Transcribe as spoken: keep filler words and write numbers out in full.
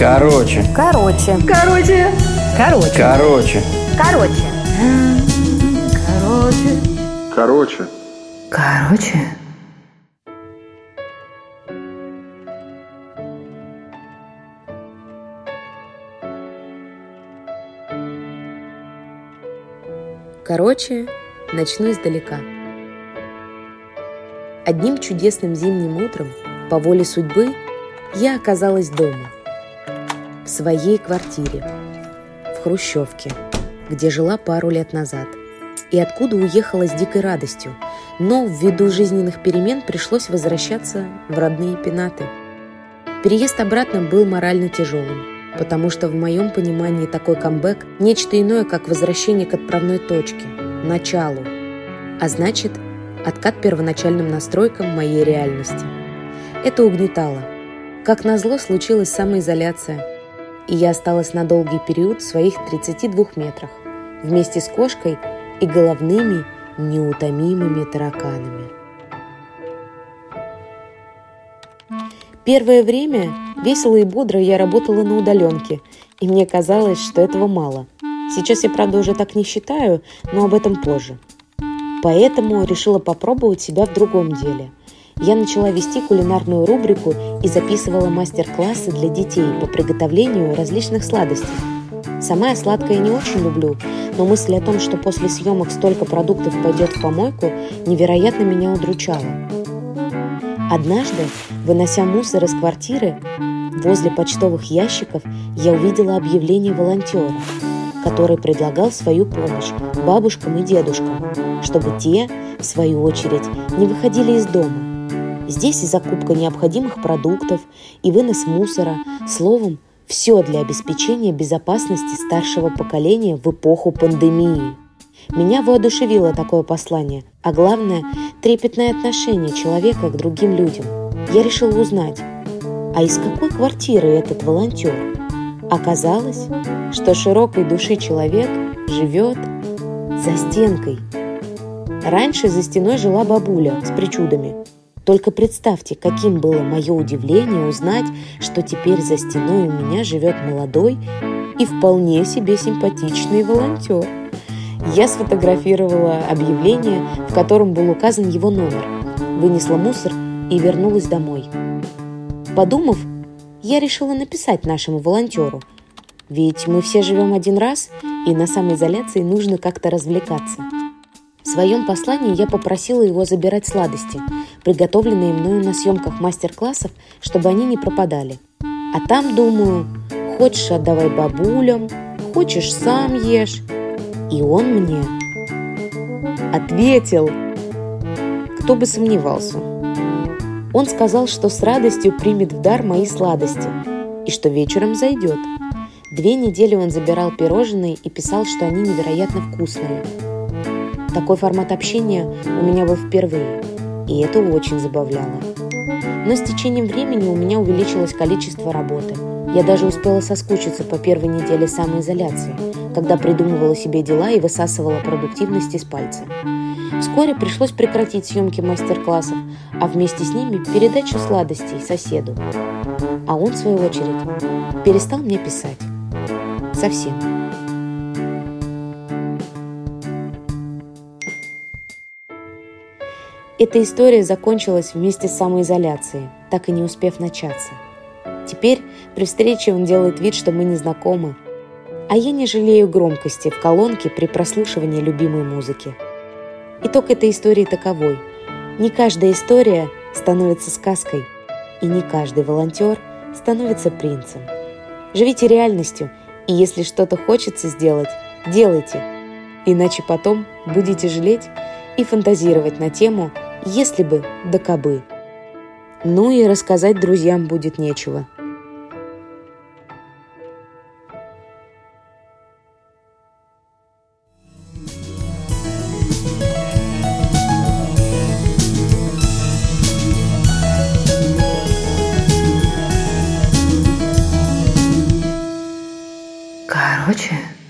Короче. Короче. Короче. Короче. Короче. Короче. Короче. Короче. Короче. Короче, начну издалека. Одним чудесным зимним утром, по воле судьбы, я оказалась дома, в своей квартире, в хрущевке, где жила пару лет назад, и откуда уехала с дикой радостью, но ввиду жизненных перемен пришлось возвращаться в родные пенаты. Переезд обратно был морально тяжелым, потому что в моем понимании такой камбэк – нечто иное, как возвращение к отправной точке, началу, а значит, откат первоначальным настройкам моей реальности. Это угнетало. Как назло, случилась самоизоляция, и я осталась на долгий период в своих тридцати двух метрах, вместе с кошкой и головными неутомимыми тараканами. Первое время весело и бодро я работала на удаленке, и мне казалось, что этого мало. Сейчас я, правда, уже так не считаю, но об этом позже. Поэтому решила попробовать себя в другом деле. Я начала вести кулинарную рубрику и записывала мастер-классы для детей по приготовлению различных сладостей. Сама я сладкое не очень люблю, но мысль о том, что после съемок столько продуктов пойдет в помойку, невероятно меня удручала. Однажды, вынося мусор из квартиры, возле почтовых ящиков я увидела объявление волонтера, который предлагал свою помощь бабушкам и дедушкам, чтобы те, в свою очередь, не выходили из дома. Здесь и закупка необходимых продуктов, и вынос мусора, словом, все для обеспечения безопасности старшего поколения в эпоху пандемии. Меня воодушевило такое послание, а главное – трепетное отношение человека к другим людям. Я решила узнать, а из какой квартиры этот волонтер? Оказалось, что широкой души человек живет за стенкой. Раньше за стеной жила бабуля с причудами. Только представьте, каким было мое удивление узнать, что теперь за стеной у меня живет молодой и вполне себе симпатичный волонтер. Я сфотографировала объявление, в котором был указан его номер, вынесла мусор и вернулась домой. Подумав, я решила написать нашему волонтеру, ведь мы все живем один раз, и на самоизоляции нужно как-то развлекаться. В своем послании я попросила его забирать сладости, приготовленные мною на съемках мастер-классов, чтобы они не пропадали. А там, думаю, хочешь отдавай бабулям, хочешь сам ешь. И он мне ответил, кто бы сомневался. Он сказал, что с радостью примет в дар мои сладости и что вечером зайдет. Две недели он забирал пирожные и писал, что они невероятно вкусные. Такой формат общения у меня был впервые, и это очень забавляло. Но с течением времени у меня увеличилось количество работы. Я даже успела соскучиться по первой неделе самоизоляции, когда придумывала себе дела и высасывала продуктивность из пальца. Вскоре пришлось прекратить съемки мастер-классов, а вместе с ними передачу сладостей соседу. А он, в свою очередь, перестал мне писать. Совсем. Эта история закончилась вместе с самоизоляцией, так и не успев начаться. Теперь при встрече он делает вид, что мы не знакомы, а я не жалею громкости в колонке при прослушивании любимой музыки. Итог этой истории таковой. Не каждая история становится сказкой, и не каждый волонтер становится принцем. Живите реальностью, и если что-то хочется сделать, делайте, иначе потом будете жалеть и фантазировать на тему «если бы да кабы». Ну и рассказать друзьям будет нечего. Короче.